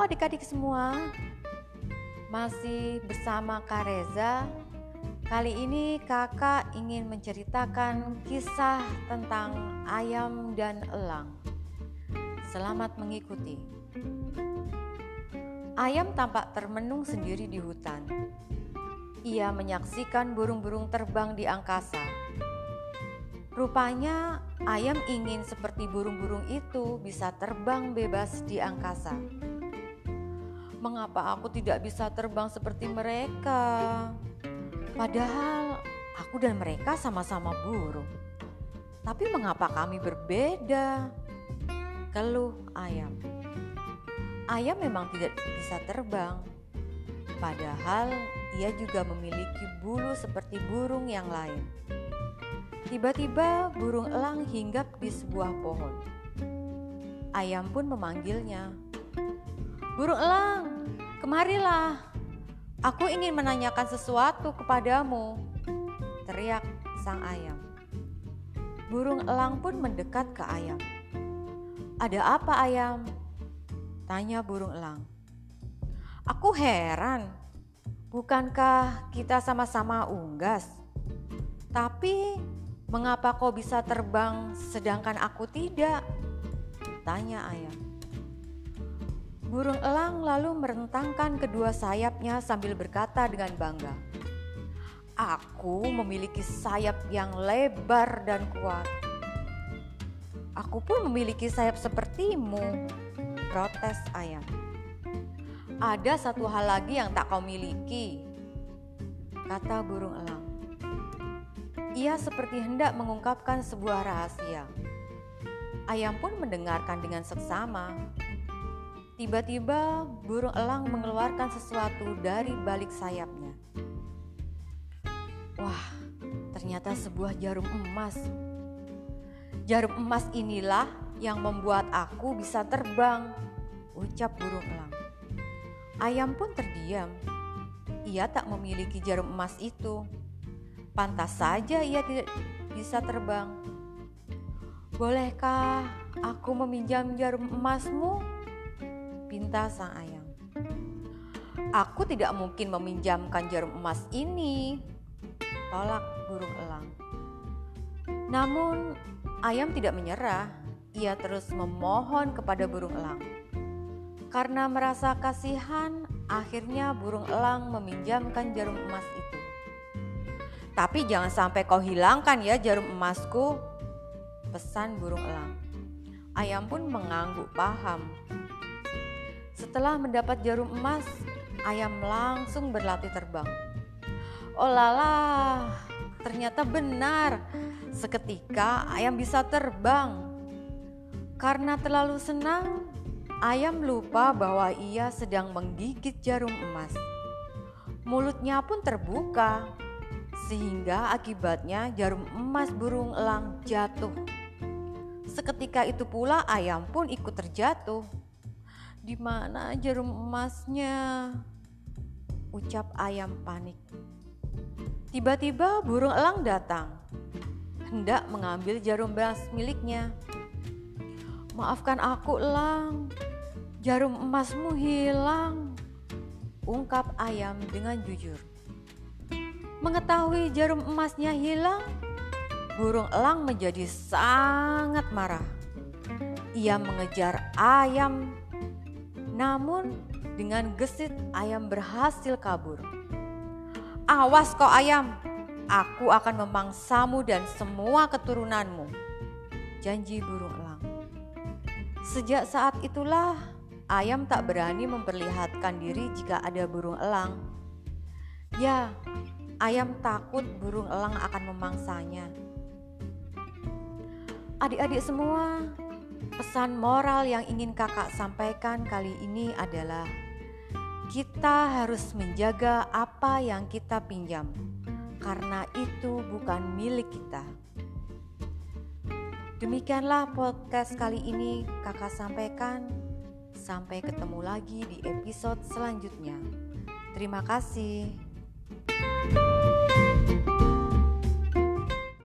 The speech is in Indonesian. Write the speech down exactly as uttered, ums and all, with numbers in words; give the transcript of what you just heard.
adik-adik semua, masih bersama Kak Reza. Kali ini kakak ingin menceritakan kisah tentang ayam dan elang. Selamat mengikuti. Ayam tampak termenung sendiri di hutan. Ia menyaksikan burung-burung terbang di angkasa. Rupanya ayam ingin seperti burung-burung itu bisa terbang bebas di angkasa. Mengapa aku tidak bisa terbang seperti mereka? Padahal aku dan mereka sama-sama burung. Tapi mengapa kami berbeda? Keluh ayam. Ayam memang tidak bisa terbang. Padahal ia juga memiliki bulu seperti burung yang lain. Tiba-tiba burung elang hinggap di sebuah pohon. Ayam pun memanggilnya. "Burung elang, kemarilah. Aku ingin menanyakan sesuatu kepadamu," teriak sang ayam. Burung elang pun mendekat ke ayam. "Ada apa, ayam?" tanya burung elang. "Aku heran, bukankah kita sama-sama unggas? Tapi mengapa kau bisa terbang sedangkan aku tidak?" tanya ayam. Burung elang lalu merentangkan kedua sayapnya sambil berkata dengan bangga, "Aku memiliki sayap yang lebar dan kuat." "Aku pun memiliki sayap sepertimu," protes ayam. "Ada satu hal lagi yang tak kau miliki," kata burung elang. Ia seperti hendak mengungkapkan sebuah rahasia. Ayam pun mendengarkan dengan seksama. Tiba-tiba burung elang mengeluarkan sesuatu dari balik sayapnya. Wah, ternyata sebuah jarum emas. "Jarum emas inilah yang membuat aku bisa terbang," ucap burung elang. Ayam pun terdiam. Ia tak memiliki jarum emas itu. Pantas saja ia tidak bisa terbang. "Bolehkah aku meminjam jarum emasmu?" pinta sang ayam. "Aku tidak mungkin meminjamkan jarum emas ini," tolak burung elang. Namun ayam tidak menyerah. Ia terus memohon kepada burung elang. Karena merasa kasihan, akhirnya burung elang meminjamkan jarum emas itu. "Tapi jangan sampai kau hilangkan ya jarum emasku," pesan burung elang. Ayam pun mengangguk paham. Setelah mendapat jarum emas, ayam langsung berlatih terbang. Oh lala, ternyata benar. Seketika ayam bisa terbang. Karena terlalu senang, ayam lupa bahwa ia sedang menggigit jarum emas. Mulutnya pun terbuka, sehingga akibatnya jarum emas burung elang jatuh. Seketika itu pula ayam pun ikut terjatuh. "Di mana jarum emasnya?" ucap ayam panik. Tiba-tiba burung elang datang, hendak mengambil jarum emas miliknya. "Maafkan aku, elang, jarum emasmu hilang," ungkap ayam dengan jujur. Mengetahui jarum emasnya hilang, burung elang menjadi sangat marah. Ia mengejar ayam, namun dengan gesit ayam berhasil kabur. "Awas kau ayam, aku akan memangsamu dan semua keturunanmu," janji burung elang. Sejak saat itulah ayam tak berani memperlihatkan diri jika ada burung elang. Ya, ayam takut burung elang akan memangsanya. Adik-adik semua, pesan moral yang ingin kakak sampaikan kali ini adalah kita harus menjaga apa yang kita pinjam, karena itu bukan milik kita. Demikianlah podcast kali ini kakak sampaikan. Sampai ketemu lagi di episode selanjutnya. Terima kasih.